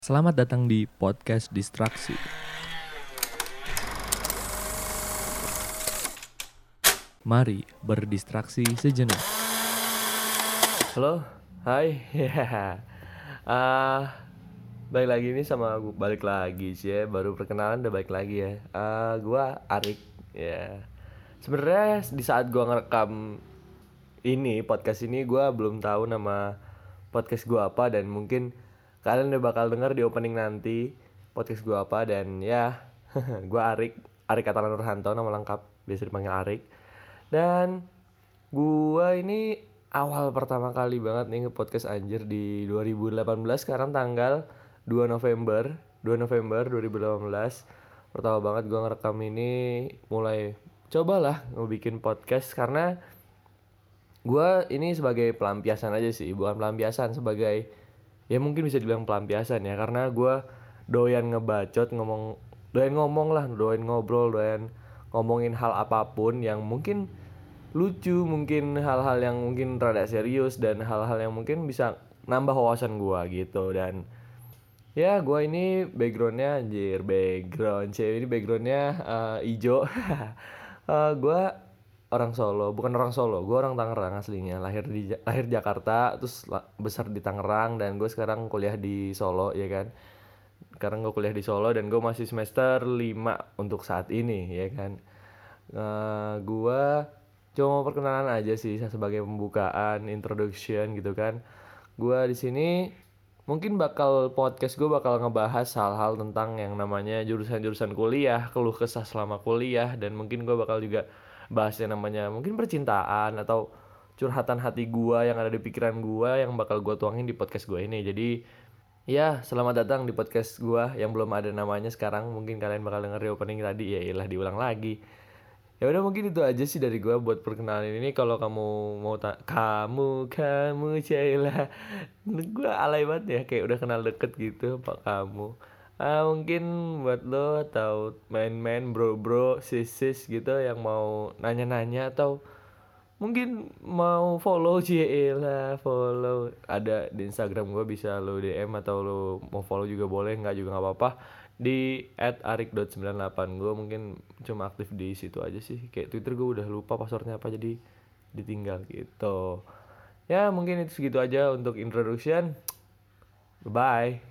Selamat datang di podcast Distraksi. Mari berdistraksi sejenak. Halo, hai, balik lagi nih sama gue, balik lagi sih ya, baru perkenalan udah balik lagi ya. Gua Arik, ya. Sebenarnya di saat gua ngerekam ini podcast ini, gua belum tahu nama podcast gua apa dan mungkin kalian udah bakal denger di opening nanti podcast gua apa dan ya, gua Arik Catalan Nurhanto, nama lengkap biasa dipanggil Arik. Dan gua ini awal pertama kali banget nih nge-podcast anjir di 2018, sekarang tanggal 2 November 2018. Pertama banget gua ngerekam ini, mulai cobalah ngebikin podcast karena gua ini sebagai pelampiasan aja sih, bukan pelampiasan, sebagai ya mungkin bisa dibilang pelampiasan ya, karena gua doyan ngebacot, doyan ngomong lah, doyan ngobrol, doyan ngomongin hal apapun yang mungkin lucu, mungkin hal-hal yang mungkin rada serius dan hal-hal yang mungkin bisa nambah wawasan gua gitu. Dan ya gua ini backgroundnya cewek ini backgroundnya ijo. Gua orang Solo, bukan orang Solo, gua orang Tangerang aslinya, lahir Jakarta, terus besar di Tangerang, dan gue sekarang kuliah di Solo ya kan. Sekarang gue kuliah di Solo dan gue masih semester 5 untuk saat ini ya kan. Gua cuma mau perkenalan aja sih sebagai pembukaan, introduction gitu kan. Gua di sini mungkin podcast gue bakal ngebahas hal-hal tentang yang namanya jurusan-jurusan kuliah, keluh kesah selama kuliah, dan mungkin gue bakal juga bahas yang namanya mungkin percintaan atau curhatan hati gue yang ada di pikiran gue yang bakal gue tuangin di podcast gue ini. Jadi ya, selamat datang di podcast gua yang belum ada namanya sekarang. Mungkin kalian bakal denger di opening tadi, ya iyalah diulang lagi. Ya udah, mungkin itu aja sih dari gua buat perkenalan ini. Kalau kamu mau kamu Cila. Gua alay banget ya, kayak udah kenal deket gitu Pak kamu. Mungkin buat lo atau main-main bro-bro, sis-sis gitu yang mau nanya-nanya atau mungkin mau follow lah, follow ada di Instagram gue, bisa lo DM atau lo mau follow juga boleh, nggak juga nggak apa-apa, di @arik.98. Gue mungkin cuma aktif di situ aja sih, kayak Twitter gue udah lupa passwordnya apa jadi ditinggal gitu. Ya mungkin itu segitu aja untuk introduction. Bye.